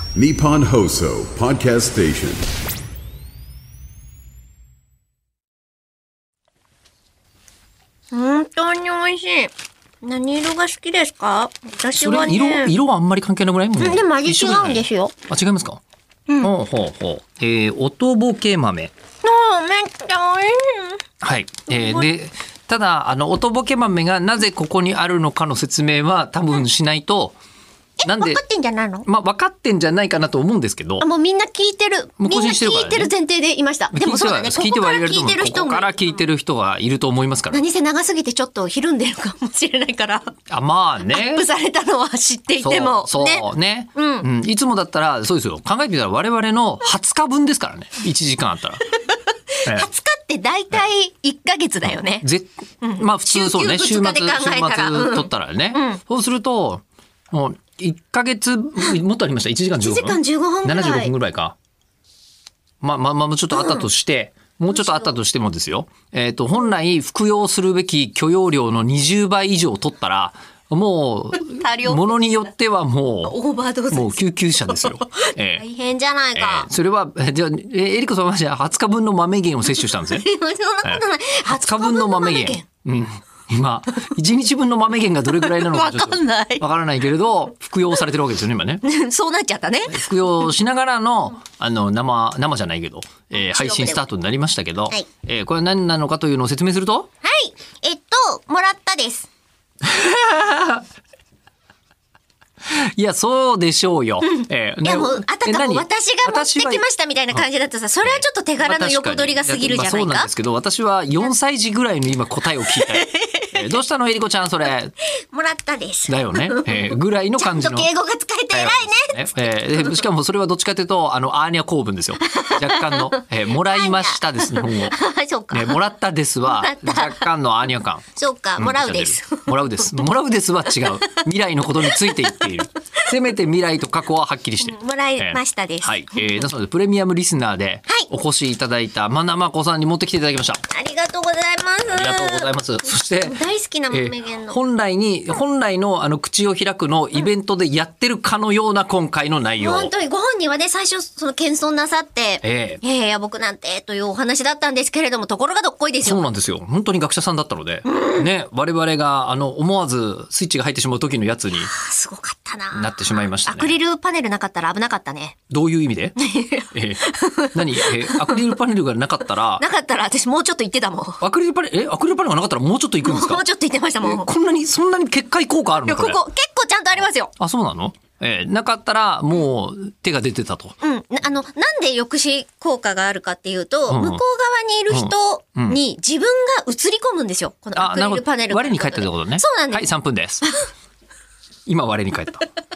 Nippon Hoso Podcast Station。 本当に美味しい。何色が好きですか？私はね。 それ色はあんまり関係なくない？もうでも味違うんですよ。 あ、違いますか？ほうほうほう。おとぼけ豆。 めっちゃ美味しい。 はい。で、ただおとぼけ豆がなぜここにあるのかの説明は多分しないと。なんで分かってんじゃないの？ まあ分かってんじゃないかなと思うんですけど。 もうみんな聞いてる。 もう更新してるからね。 みんな聞いてる前提でいました。でもそうだね。ここから聞いてる人も。 ここから聞いてる人がいると思いますから。 何せ長すぎてちょっとひるんでるかもしれないから。 あ、まあね。 アップされたのは知っていても。 そうね。いつもだったらそうですよ。考えてみたら我々の20日分ですからね。1時間あったら。 20日って大体1ヶ月だよね。 まあ普通そうね。週末取ったらね。そうするともう1ヶ月もっとありました。1時間15分。1 時間15分ぐらい。 75分ぐらいか。まあちょっとあったとして、もうちょっとあったとしてもですよ。本来服用するべき許容量の20倍以上取ったら、もうものによってはもうオーバードーズ。 もう救急車ですよ。 大変じゃないか。 それはじゃあエリコさんはじゃあ20日分の豆源を摂取したんですね。 そんなことない。 20日分の豆源。今1日分の豆源がどれぐらいなのかちょっとわからないけれど服用されてるわけですよね今ね。 そうなっちゃったね。 服用しながらの生じゃないけど、配信スタートになりましたけど、これは何なのかというのを説明すると、 もらったです。 いやそうでしょうよ。 いやもうあたかも私が持ってきましたみたいな感じだとさ、それはちょっと手柄の横取りが過ぎるじゃないか。 そうなんですけど、私は4歳児ぐらいの今答えを聞いたよ。どうしたのエリコちゃんそれ。 もらったです。 だよね。ぐらいの感じの。 ちゃんと敬語が使えて偉いね。 しかもそれはどっちかというとアーニャ公文ですよ。若干の、もらいましたです日本語。 そうか。 もらったですは若干のアーニャ感。 そうか、もらうです。 もらうです。もらうですは違う。未来のことについて言っている。せめて未来と過去ははっきりして。 もらいましたです。 はい。ですのでプレミアムリスナーでお越しいただいたまなまこさんに持ってきていただきました。 ありがとうございます。 ありがとうございます。そして大好きな豆源の。 本来の口を開くのイベントでやってるかのような今回の内容。 本当にご本人はね最初その謙遜なさって、いや僕なんてというお話だったんですけれども、ところがどっこいですよ。 そうなんですよ。本当に学者さんだったので、ね、我々が思わずスイッチが入ってしまう時のやつにすごかったなってしまいましたね。 アクリルパネルなかったら危なかったね。 どういう意味で？何？アクリルパネルがなかったら私もうちょっと言ってたもん。 アクリルパネルがなかったらもうちょっと行くんですか？ もうちょっと言ってましたもん。 そんなに結界効果あるの？ ここ結構ちゃんとありますよ。 あ、そうなの？なかったらもう手が出てたと。 なんで抑止効果があるかっていうと、向こう側にいる人に自分が映り込むんですよ。このアクリルパネル。 我に返ったってことね。 そうなんです。 はい、3分です。今我に返った。